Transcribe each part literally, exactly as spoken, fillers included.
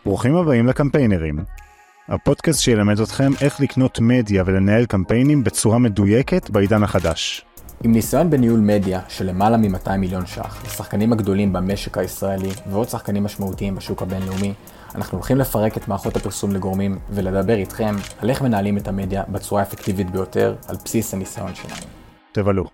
ברוכים הבאים לקמפיינרים, הפודקאסט שילמד אתכם איך לקנות מדיה ולנהל קמפיינים בצורה מדויקת בעידן החדש. עם ניסיון בניהול מדיה של למעלה מ-מאתיים מיליון ש"ח, לשחקנים הגדולים במשק הישראלי ועוד שחקנים משמעותיים בשוק הבינלאומי, אנחנו הולכים לפרק את מערכות הפרסום לגורמים ולדבר איתכם על איך מנהלים את המדיה בצורה האפקטיבית ביותר על בסיס הניסיון שלנו. תבלו.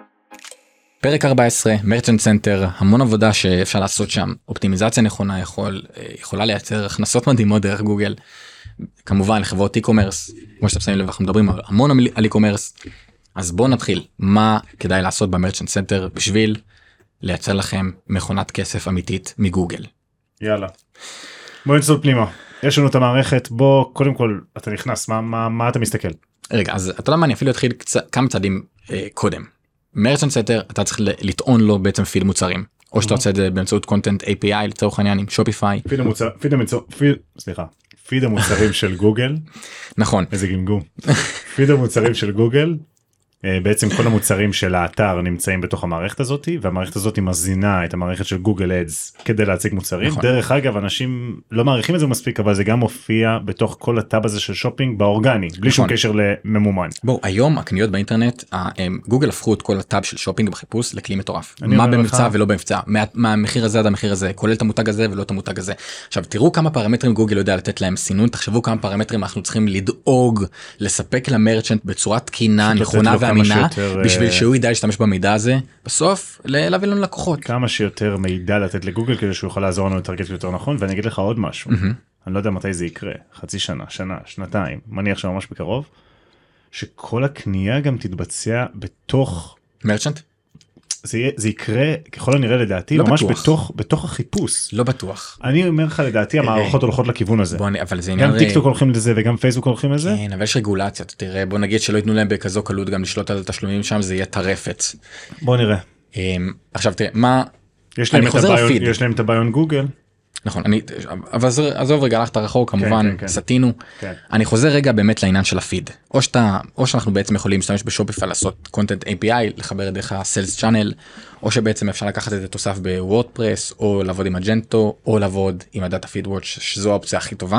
פרק ארבע עשרה, מרצ'נט סנטר, המון עבודה שאפשר לעשות שם, אופטימיזציה נכונה יכול, יכולה לייצר הכנסות מדהימות דרך גוגל, כמובן לחברות e-commerce, כמו שאתם שמים לב, אנחנו מדברים המון על e-commerce, אז בואו נתחיל, מה כדאי לעשות במרצ'נט סנטר בשביל לייצר לכם מכונת כסף אמיתית מגוגל. יאללה, בואו נצטול פנימה, יש לנו את המערכת, בוא קודם כל אתה נכנס, מה, מה, מה אתה מסתכל? רגע, אז אתה יודע מה, אני אפילו אתחיל קצ... כמה צעדים אה, קודם. מרצ'נט סנטר, אתה צריך לטעון לו בעצם פיד מוצרים, או שאתה עושה את זה באמצעות קונטנט איי פי איי לצורך העניין עם שופיפיי. פיד המוצר, פיד המוצר, פיד, סליחה, פיד המוצרים של גוגל. נכון. איזה גמגום. פיד המוצרים של גוגל, בעצם כל המוצרים של האתר נמצאים בתוך המערכת הזאת, והמערכת הזאת מזינה את המערכת של גוגל אדס כדי להציג מוצרים. נכון. דרך אגב, אנשים לא מעריכים את זה מספיק, אבל זה גם מופיע בתוך כל הטאב הזה של שופינג באורגני, בלי נכון. שום קשר לממומן. בואו, היום הקניות באינטרנט, גוגל הפכו את כל הטאב של שופינג בחיפוש לכלי מטורף. מה במבצע ולא במבצע, מהמחיר הזה עד המחיר הזה, כולל את המותג הזה ולא את המותג הזה. עכשיו, תראו כמה פרמטרים גוגל יודע לתת להם סינון, תחשבו כמה פרמטרים אנחנו צריכים לדאוג, לספק למרצ'נט בצורה תקינה, נכונה ואמינה, בשביל שהוא ידע להשתמש במידע הזה, בסוף להביא לנו לקוחות. כמה שיותר מידע לתת לגוגל כדי שהוא יכול לעזור לנו לטרגט יותר נכון, ואני אגיד לך עוד משהו. אני לא יודע מתי זה יקרה, חצי שנה, שנה, שנתיים, מניח שממש בקרוב, שכל הקנייה גם תתבצע בתוך מרצ'נט? זה, זה יקרה ככל הנראה לדעתי לא ממש בטוח. בתוך, בתוך החיפוש. לא בטוח. אני אומר לך לדעתי המערכות הולכות לכיוון הזה. בוא, אבל זה גם עניין... טיק טוק הולכים לזה וגם פייסבוק הולכים לזה. כן, אבל יש רגולציה, תראה, בוא נגיד שלא ייתנו להם בכזו קלות גם לשלוט על התשלומים שם, זה יהיה טרפת. בוא נראה. עכשיו תראה, מה... יש להם, את הביון, יש להם את הביון גוגל. נכון, אני, אבל עזוב רגע, הלכת רחוק, כמובן, כן, כן, סטינו. כן. אני חוזר רגע באמת לעניין של הפיד. או שאתה, או שאנחנו בעצם יכולים להשתמש בשופיפיי לעשות קונטנט איי פי איי, לחבר דרך ה-Sales Channel, או שבעצם אפשר לקחת את זה תוסף בוורדפרס, או לעבוד עם מג'נטו, או לעבוד עם הדאטה פיד וואץ', שזו האופציה הכי טובה.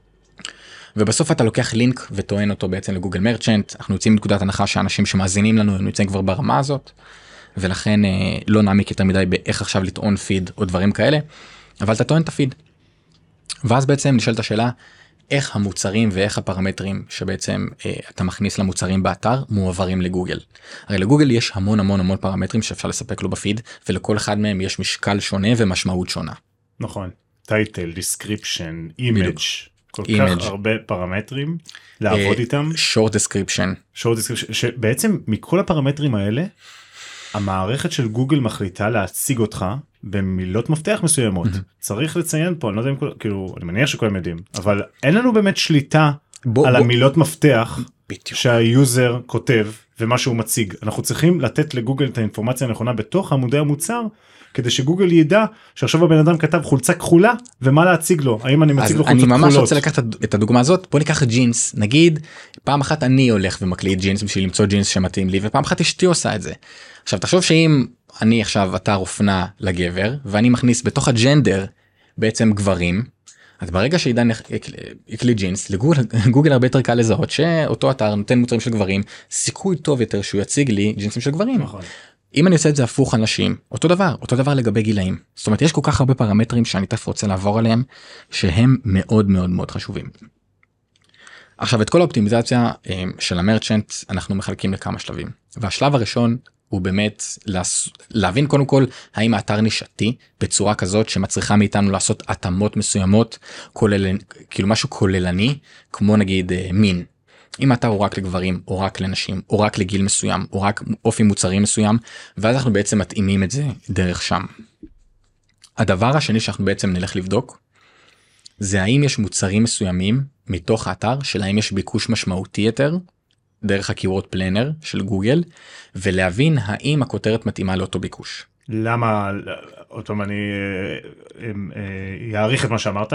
ובסוף אתה לוקח לינק וטוען אותו בעצם לגוגל מרצ'נט. אנחנו יוצאים מנקודת הנחה שאנשים שמאזינים לנו, הם יוצאים כבר ברמה הזאת, ולכן לא נעמיק יותר מדי באיך עכשיו לטעון פיד או דברים כאלה. אבל אתה טוען את הפיד. ואז בעצם נשאלת השאלה, איך המוצרים ואיך הפרמטרים שבעצם אה, אתה מכניס למוצרים באתר מועברים לגוגל. הרי לגוגל יש המון המון המון פרמטרים שאפשר לספק לו בפיד, ולכל אחד מהם יש משקל שונה ומשמעות שונה. נכון. טייטל, דיסקריפשן, אימג'. כל image. כך הרבה פרמטרים לעבוד אה, איתם. short description. short description, שבעצם מכל הפרמטרים האלה, המערכת של גוגל מחליטה להציג אותך במילות מפתח מסוימות. Mm-hmm. צריך לציין פה, אני לא יודע אם כל, כאילו, אני מניח שכולם יודעים, אבל אין לנו באמת שליטה בוא, על בוא. המילות מפתח בדיוק. שהיוזר כותב ומה שהוא מציג. אנחנו צריכים לתת לגוגל את האינפורמציה הנכונה בתוך עמודי המוצר, כדי שגוגל ידע שעכשיו הבן אדם כתב חולצה כחולה ומה להציג לו, האם אני מציג לו חולצות כחולות. אני ממש רוצה לקחת את הדוגמה הזאת, בוא ניקח ג'ינס, נגיד פעם אחת אני הולך ומקליט ג'ינס בשביל למצוא ג'ינס שמתאים לי, ופעם אחת אשתי עושה את זה. עכשיו תחשוב שאם אני עכשיו אתר אופנה לגבר, ואני מכניס בתוך הג'נדר בעצם גברים, אז ברגע שעידן יקליט ג'ינס, לגוגל הרבה יותר קל לזהות שאותו אתר נותן מוצרים של גברים, סיכוי טוב יותר שהוא יציג לי ג'ינסים של גברים. נכון. אם אני עושה את זה הפוך על נשים, אותו דבר, אותו דבר לגבי גילאים. זאת אומרת, יש כל כך הרבה פרמטרים שאני תכף רוצה לעבור עליהם, שהם מאוד מאוד מאוד חשובים. עכשיו, את כל האופטימיזציה של המרצ'נט, אנחנו מחלקים לכמה שלבים. והשלב הראשון הוא באמת להבין קודם כל, האם האתר נישתי בצורה כזאת שמצריכה מאיתנו לעשות התאמות מסוימות, כולל, כאילו משהו כוללני, כמו נגיד מין. אם האתר הוא רק לגברים, או רק לנשים, או רק לגיל מסוים, או רק אופי מוצרים מסוים, ואז אנחנו בעצם מתאימים את זה דרך שם. הדבר השני שאנחנו בעצם נלך לבדוק, זה האם יש מוצרים מסוימים מתוך האתר, של האם יש ביקוש משמעותי יותר, דרך הקיוורד פלנר של גוגל, ולהבין האם הכותרת מתאימה לאותו ביקוש. למה, אותם אני יעריך את מה שאמרת,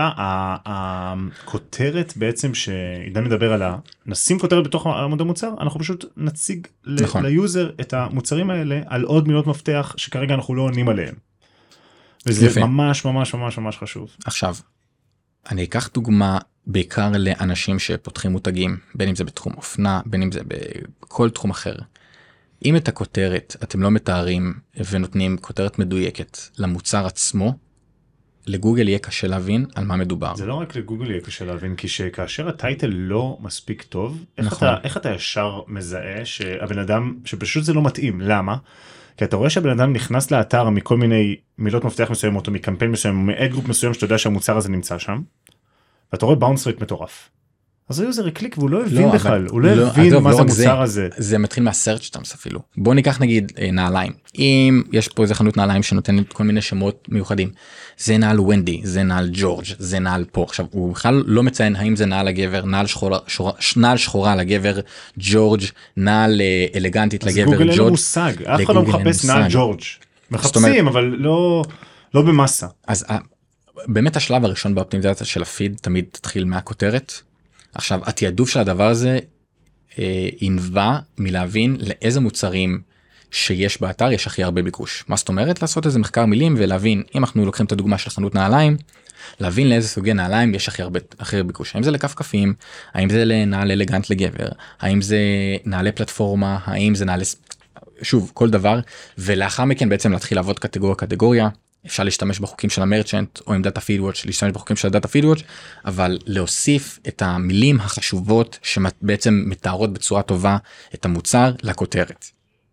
הכותרת בעצם שעידן מדבר עליה, נשים כותרת בתוך עמוד המוצר, אנחנו פשוט נציג נכון. ליוזר את המוצרים האלה על עוד מילות מפתח שכרגע אנחנו לא עונים עליהם. וזה יפה. ממש ממש ממש ממש חשוב. עכשיו, אני אקח דוגמה בעיקר לאנשים שפותחים מותגים, בין אם זה בתחום אופנה, בין אם זה בכל תחום אחר. אם את הכותרת אתם לא מתארים ונותנים כותרת מדויקת למוצר עצמו, לגוגל יהיה קשה להבין על מה מדובר. זה לא רק לגוגל יהיה קשה להבין, כי שכאשר הטייטל לא מספיק טוב, איך, נכון. אתה, איך אתה ישר מזהה שהבן אדם, שפשוט זה לא מתאים, למה? כי אתה רואה שהבן אדם נכנס לאתר מכל מיני מילות מפתח מסוימות, או מקמפיין מסוים, או מאד גרופ מסוים, שאתה יודע שהמוצר הזה נמצא שם, ואתה רואה באונס רייט מטורף. אז היוזר הקליק והוא לא הבין לא, בכלל, אבל, הוא לא, לא הבין עזוב, מה לא זה המוצר זה, הזה. זה מתחיל מהסרצ' טרמס אפילו. בוא ניקח נגיד נעליים. אם יש פה איזה חנות נעליים שנותנת כל מיני שמות מיוחדים, זה נעל ונדי, זה נעל ג'ורג', זה נעל פה. עכשיו הוא בכלל לא מציין האם זה נעל לגבר, נעל שחורה, שחורה, נעל שחורה לגבר, ג'ורג', נעל אלגנטית לגבר, גוגל ג'ורג'. אין לו מושג, אף אחד לא מחפש נעל ג'ורג'. מחפשים, אבל לא, לא במסה. אז באמת השלב הראשון באופטימיזציה של הפיד תמיד תתחיל מהכותרת. עכשיו, התיעדוף של הדבר הזה אה, ינבע מלהבין לאיזה מוצרים שיש באתר יש הכי הרבה ביקוש. מה זאת אומרת? לעשות איזה מחקר מילים ולהבין, אם אנחנו לוקחים את הדוגמה של חנות נעליים, להבין לאיזה סוגי נעליים יש הכי הרבה, הכי הרבה ביקוש. האם זה לכפכפים, האם זה לנעל אלגנט לגבר, האם זה נעלי פלטפורמה, האם זה נעלי... שוב, כל דבר, ולאחר מכן בעצם להתחיל לעבוד קטגוריה קטגוריה, אפשר להשתמש בחוקים של המרצ'נט או עם דאטה פידוואץ', להשתמש בחוקים של הדאטה פידוואץ', אבל להוסיף את המילים החשובות שבעצם מתארות בצורה טובה את המוצר לכותרת.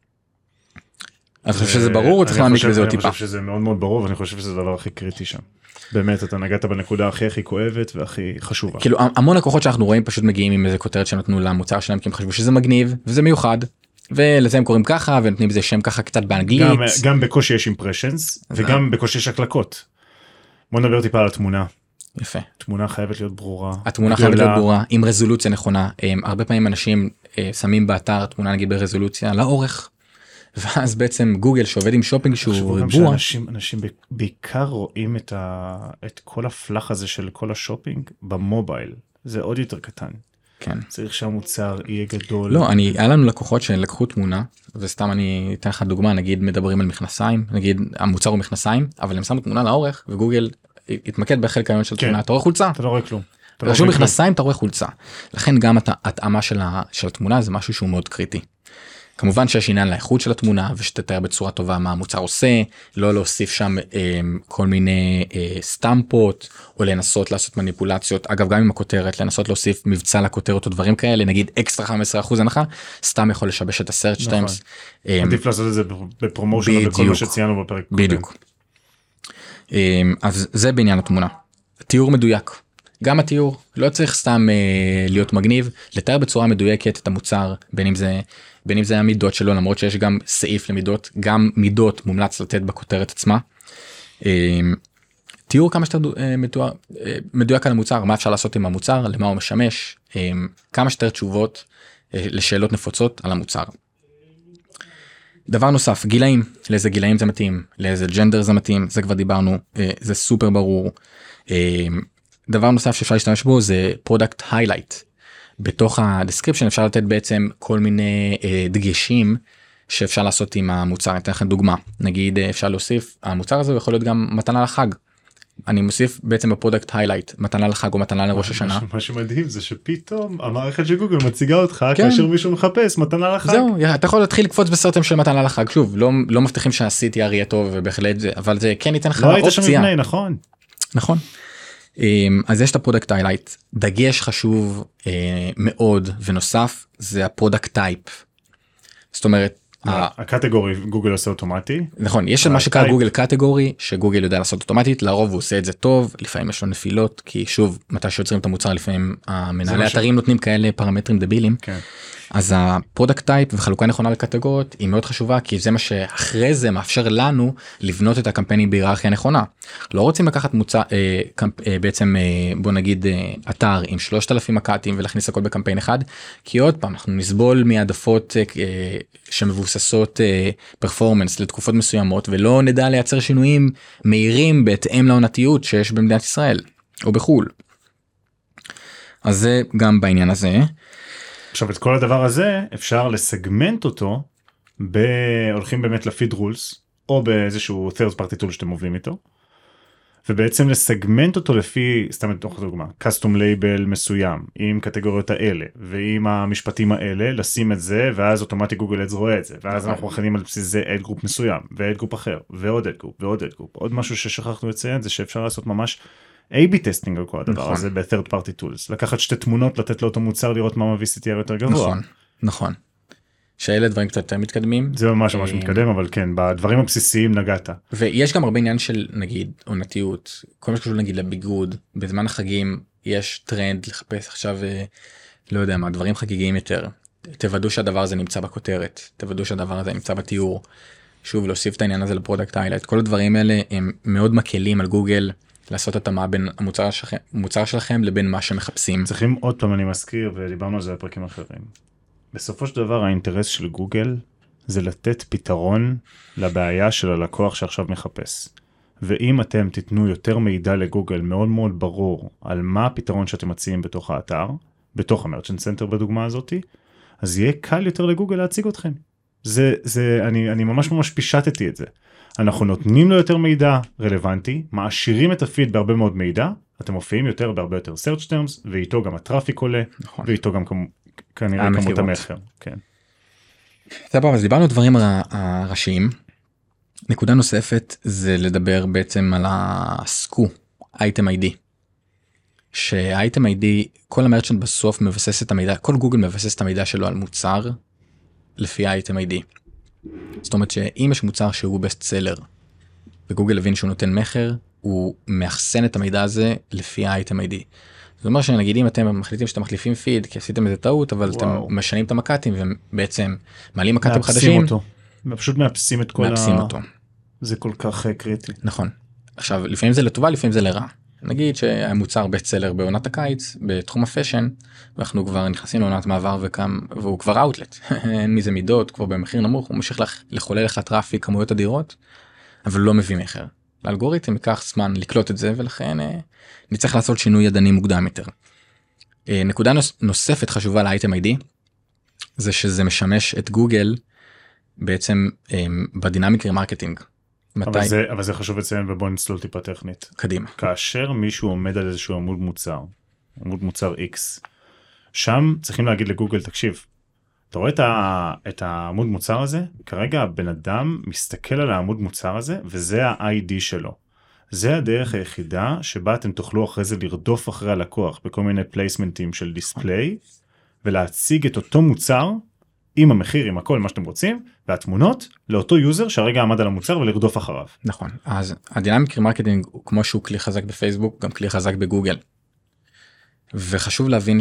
אני חושב שזה ברור, צריך להעמיק בזה עוד טיפה. אני חושב שזה מאוד מאוד ברור, ואני חושב שזה הדבר הכי קריטי שם. באמת, אתה נגעת בנקודה הכי הכי כואבת והכי חשובה. כאילו, המון לקוחות שאנחנו רואים פשוט מגיעים עם איזה כותרת שנתנו למוצר שלהם, כי הם חשבו שזה מגניב וזה מיוחד. ולזה הם קוראים ככה ונותנים בזה שם ככה קצת באנגלית. גם, גם בקושי יש impressions וגם בקושי יש הקלקות. בוא נדבר טיפה על התמונה. יפה. תמונה חייבת להיות ברורה. התמונה חייבת להיות ברורה עם רזולוציה נכונה. הרבה פעמים אנשים שמים באתר תמונה נגיד ברזולוציה לאורך. ואז בעצם גוגל שעובד עם שופינג שהוא ריבוע. אנשים, אנשים בעיקר רואים את, ה, את כל הפלח הזה של כל השופינג במובייל. זה עוד יותר קטן. כן. צריך שהמוצר יהיה גדול. לא, אני, היה לנו לקוחות שלקחו תמונה, וסתם אני אתן לך דוגמה, נגיד מדברים על מכנסיים, נגיד המוצר הוא מכנסיים, אבל הם שמו תמונה לאורך, וגוגל התמקד בחלק העליון של כן. תמונה, אתה רואה חולצה? אתה לא רואה כלום. רשום מכנסיים, אתה רואה חולצה. לכן גם ההתאמה של, של התמונה זה משהו שהוא מאוד קריטי. כמובן שיש עניין לאיכות של התמונה ושתתאר בצורה טובה מה המוצר עושה, לא להוסיף שם אה, כל מיני אה, סטמפות או לנסות לעשות מניפולציות. אגב, גם עם הכותרת, לנסות להוסיף מבצע לכותרת או דברים כאלה, נגיד אקסטרה חמישה עשר אחוז הנחה, סתם יכול לשבש את הסרצ' טיימס. נכון. עדיף לעשות את זה בפרומושן או בכל מה שציינו בפרק. בדיוק. אה, אז זה בעניין התמונה. תיאור מדויק. גם התיאור לא צריך סתם אה, להיות מגניב, לתאר בצורה מדויקת את המוצר, בין אם זה, בין אם זה המידות שלו, למרות שיש גם סעיף למידות, גם מידות מומלץ לתת בכותרת עצמה. אה, תיאור כמה שיותר אה, מדויק, אה, מדויק על המוצר, מה אפשר לעשות עם המוצר, למה הוא משמש, אה, כמה שיותר תשובות אה, לשאלות נפוצות על המוצר. דבר נוסף, גילאים, לאיזה גילאים זה מתאים, לאיזה ג'נדר זה מתאים, זה כבר דיברנו, אה, זה סופר ברור. אה, דבר נוסף שאפשר להשתמש בו זה פרודקט היילייט. בתוך הדסקריפשן אפשר לתת בעצם כל מיני אה, דגשים שאפשר לעשות עם המוצר. אני אתן לכם דוגמה, נגיד אפשר להוסיף, המוצר הזה יכול להיות גם מתנה לחג. אני מוסיף בעצם בפרודקט היילייט, מתנה לחג או מתנה לראש השנה. מה שמדהים זה שפתאום המערכת של גוגל מציגה אותך כאשר מישהו מחפש מתנה לחג. זהו, אתה יכול להתחיל לקפוץ בסרטים של מתנה לחג. שוב, לא, לא מבטיחים שה-סי טי אר יהיה טוב ובהחלט זה, אבל זה כן ייתן לך אופציה. נכון. נכון. אז יש את הפרודקט היילייט, דגש חשוב מאוד ונוסף זה הפרודקט טייפ. זאת אומרת, הקטגורי גוגל עושה אוטומטי. נכון, יש מה שקרה גוגל קטגורי שגוגל יודע לעשות אוטומטית, לרוב הוא עושה את זה טוב, לפעמים יש לו נפילות, כי שוב, מתי שיוצרים את המוצר לפעמים המנהלי אתרים נותנים כאלה פרמטרים דבילים. אז הפרודקט טייפ וחלוקה נכונה לקטגוריות היא מאוד חשובה, כי זה מה שאחרי זה מאפשר לנו לבנות את הקמפיינים בהיררכיה נכונה. לא רוצים לקחת מוצא, אה, קמפ, אה, בעצם אה, בוא נגיד אה, אתר עם שלושת אלפים מקטים ולהכניס הכל בקמפיין אחד, כי עוד פעם אנחנו נסבול מהעדפות אה, שמבוססות אה, פרפורמנס לתקופות מסוימות, ולא נדע לייצר שינויים מהירים בהתאם לעונתיות שיש במדינת ישראל או בחול. אז זה גם בעניין הזה. עכשיו את כל הדבר הזה אפשר לסגמנט אותו, הולכים באמת לפיד רולס, או באיזשהו third party tool שאתם עובדים איתו, ובעצם לסגמנט אותו לפי, סתם לתוך דוגמה, custom label מסוים, עם קטגוריות האלה, ועם המשפטים האלה, לשים את זה, ואז אוטומטי גוגל אדס רואה את זה, ואז אנחנו מכנים על בסיס זה אד גרופ מסוים, ואד גרופ אחר, ועוד אד גרופ, ועוד אד גרופ. עוד משהו ששכחנו לציין, זה שאפשר לעשות ממש איי בי טסטינג על כל הדבר הזה, ב-third party tools. לקחת שתי תמונות, לתת לאותו מוצר, לראות מה מביא סי טי אר יותר גבוה. נכון, נכון. שאלה דברים קצת יותר מתקדמים. זה ממש ממש מתקדם, אבל כן, בדברים הבסיסיים נגעת. ויש גם הרבה עניין של, נגיד, עונתיות, כל מה שקשור נגיד לביגוד, בזמן החגים יש טרנד לחפש עכשיו, לא יודע מה, דברים חגיגיים יותר. תוודאו שהדבר הזה נמצא בכותרת, תוודאו שהדבר הזה נמצא בתיאור. שוב, להוסיף את העניין הזה לפרודקט היילייט. כל הדברים האלה הם מאוד מקלים על גוגל, לעשות התאמה בין המוצר שלכם, המוצר שלכם לבין מה שמחפשים. צריכים עוד פעם, אני מזכיר, ודיברנו על זה בפרקים אחרים. בסופו של דבר האינטרס של גוגל זה לתת פתרון לבעיה של הלקוח שעכשיו מחפש. ואם אתם תיתנו יותר מידע לגוגל מאוד מאוד ברור על מה הפתרון שאתם מציעים בתוך האתר, בתוך המרצ'נט סנטר בדוגמה הזאת, אז יהיה קל יותר לגוגל להציג אתכם. זה, זה, אני, אני ממש ממש פישטתי את זה. אנחנו נותנים לו יותר מידע רלוונטי, מעשירים את הפיד בהרבה מאוד מידע, אתם מופיעים יותר בהרבה יותר search terms, ואיתו גם הטראפיק עולה, נכון. ואיתו גם כמו... כנראה כמות המחר, כן. סבבה, אז דיברנו דברים הראשיים. נקודה נוספת זה לדבר בעצם על הסקו, אייטם איי די. שהאייטם איי די, כל המרצ'נט בסוף מבסס את המידע, כל גוגל מבסס את המידע שלו על מוצר לפי האייטם איי די. זאת אומרת שאם יש מוצר שהוא בסט סלר, וגוגל הבין שהוא נותן מחר, הוא מאחסן את המידע הזה לפי האייטם איי די. זאת אומרת שנגיד אם אתם מחליטים שאתם מחליפים פיד כי עשיתם איזה טעות, אבל וואו. אתם משנים את המקטים ובעצם מעלים מקטים חדשים. אותו. פשוט מאפסים את כל מאפסים ה... אותו. זה כל כך קריטי. נכון. עכשיו לפעמים זה לטובה, לפעמים זה לרע. נגיד שהמוצר בסט סלר בעונת הקיץ, בתחום הפשן, ואנחנו כבר נכנסים לעונת מעבר וקם, והוא כבר אאוטלט. אין מזה מידות, כבר במחיר נמוך, הוא ממשיך לחולל לך טראפיק, כמויות אדירות, אבל לא מביא מחיר. לאלגוריתם ייקח זמן לקלוט את זה, ולכן נצטרך לעשות שינוי ידני מוקדם יותר. נקודה נוספת חשובה לאייטם איי די, זה שזה משמש את גוגל בעצם בדינמיק רמרקטינג. אבל זה, אבל זה חשוב לציין, ובוא נצלול טיפה טכנית. קדימה. כאשר מישהו עומד על איזשהו עמוד מוצר, עמוד מוצר X, שם צריכים להגיד לגוגל, תקשיב, אתה רואה את, ה, את העמוד מוצר הזה? כרגע הבן אדם מסתכל על העמוד מוצר הזה, וזה ה-איי די שלו. זה הדרך היחידה שבה אתם תוכלו אחרי זה לרדוף אחרי הלקוח, בכל מיני פלייסמנטים של דיספליי, ולהציג את אותו מוצר, עם המחיר, עם הכל, מה שאתם רוצים, והתמונות לאותו יוזר שהרגע עמד על המוצר ולרדוף אחריו. נכון. אז הדינמיק רמרקטינג, כמו שהוא כלי חזק בפייסבוק, גם כלי חזק בגוגל. וחשוב להבין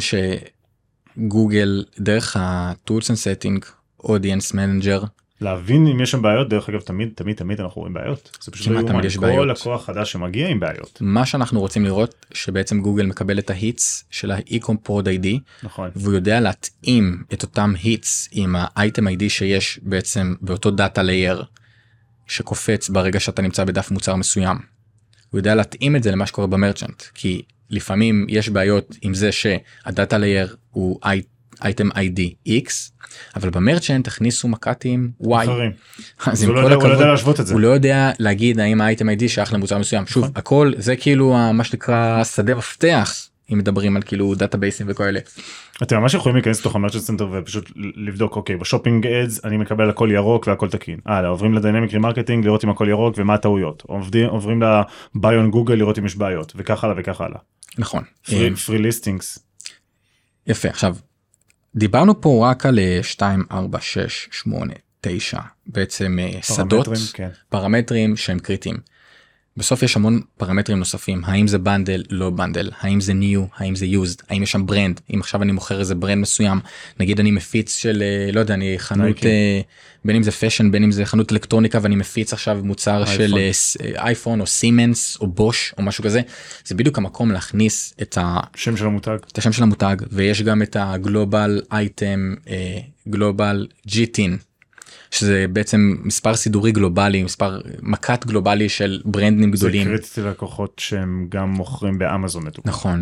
שגוגל, דרך ה-Tools and Setting, Audience Manager, להבין אם יש שם בעיות, דרך אגב, תמיד, תמיד, תמיד אנחנו רואים בעיות. זה פשוט לא יאומן, כל לקוח חדש שמגיע עם בעיות. מה שאנחנו רוצים לראות, שבעצם גוגל מקבל את ההיטס של ה-Ecom Prod איי די, נכון. והוא יודע להתאים את אותם היטס עם ה-Item איי די שיש בעצם באותו דאטה לייר, שקופץ ברגע שאתה נמצא בדף מוצר מסוים. הוא יודע להתאים את זה למה שקורה במרצ'נט, כי לפעמים יש בעיות עם זה שהדאטה לייר הוא אייטם איי די X, אבל במרצ'נט תכניסו מקטים Y. אחרים. אז הוא לא יודע להשוות את זה. הוא לא יודע להגיד האם האייטם איי די שייך למוצר מסוים. שוב, הכל זה כאילו מה שנקרא שדה מפתח, אם מדברים על כאילו דאטאבייסים וכאלה. אתם ממש יכולים להיכנס לתוך המרצ'נט סנטר ופשוט לבדוק, אוקיי, בשופינג אדס אני מקבל הכל ירוק והכל תקין. אה, עוברים לדיינמיק רמרקטינג לראות אם הכל ירוק ומה הטעויות. עוברים לביון גוגל לראות אם יש בעיות, וכך הלאה וכך הלאה. נכון. פרי ליסטינגס. יפה, עכשיו דיברנו פה רק על שתיים, ארבע, שש, שמונה, תשע, בעצם שדות, כן. פרמטרים שהם קריטיים. בסוף יש המון פרמטרים נוספים, האם זה בנדל, לא בנדל, האם זה ניו, האם זה יוזד, האם יש שם ברנד, אם עכשיו אני מוכר איזה ברנד מסוים, נגיד אני מפיץ של, לא יודע, אני חנות, בין אם זה פשן, בין אם זה חנות אלקטרוניקה, ואני מפיץ עכשיו מוצר של אייפון, או סימנס, או בוש, או משהו כזה, זה בדיוק המקום להכניס את השם של המותג, את השם של המותג, ויש גם את הגלובל אייטם, גלובל ג'יטין, שזה בעצם מספר סידורי גלובלי, מספר מקט גלובלי של ברנדים גדולים. זה קריטי ללקוחות שהם גם מוכרים באמזון. נכון.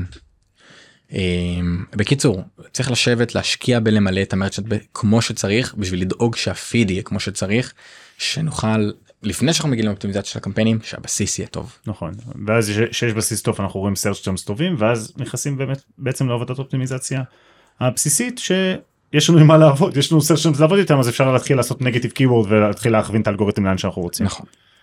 בקיצור, צריך לשבת, להשקיע בלמלא את המרצ'נט כמו שצריך, בשביל לדאוג שהפיד יהיה כמו שצריך, שנוכל לפני שאנחנו מגיעים לאופטימיזציה של הקמפיינים, שהבסיס יהיה טוב. נכון, ואז שיש בסיס טוב אנחנו רואים search terms טובים, ואז נכנסים באמת בעצם לעבודת אופטימיזציה הבסיסית, שיש לנו עם מה לעבוד, יש לנו search terms לעבוד איתם, אז אפשר להתחיל לעשות negative keyword ולהתחיל להכווין את האלגוריתם לאן שאנחנו רוצים. נכון.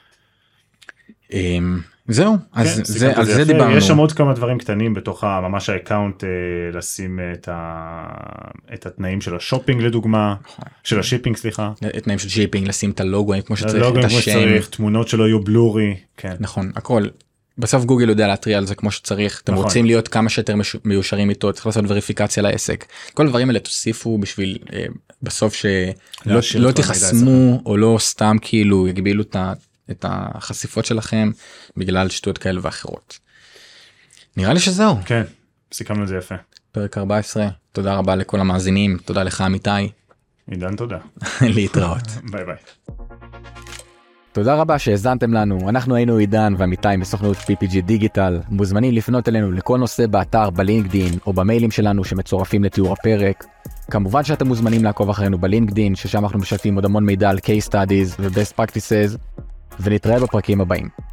זהו, אז זה, על זה דיברנו. יש שם עוד כמה דברים קטנים בתוך ממש האקאונט, לשים את התנאים של השופינג לדוגמה, של השיפינג סליחה. תנאים של שיפינג, לשים את הלוגוים כמו שצריך, את השם. תמונות שלא יהיו בלורי. נכון, הכל. בסוף גוגל יודע להתריע על זה כמו שצריך, אתם רוצים להיות כמה שיותר מיושרים איתו, צריך לעשות וריפיקציה לעסק. כל הדברים האלה תוסיפו בשביל בסוף שלא תחסמו או לא סתם כאילו יגבילו את ה... את החשיפות שלכם בגלל שטויות כאלה ואחרות. נראה לי שזהו. כן, סיכמנו את זה יפה. פרק ארבע עשרה, תודה רבה לכל המאזינים, תודה לך אמיתי. עידן תודה. להתראות. ביי ביי. תודה רבה שהזנתם לנו, אנחנו היינו עידן ועמיתי מסוכנות פי פי ג'י דיגיטל, מוזמנים לפנות אלינו לכל נושא באתר, בלינקדין או במיילים שלנו שמצורפים לתיאור הפרק. כמובן שאתם מוזמנים לעקוב אחרינו בלינקדין, ששם אנחנו משתפים עוד המון מידע על case studies ו-best practices, ונתראה בפרקים הבאים.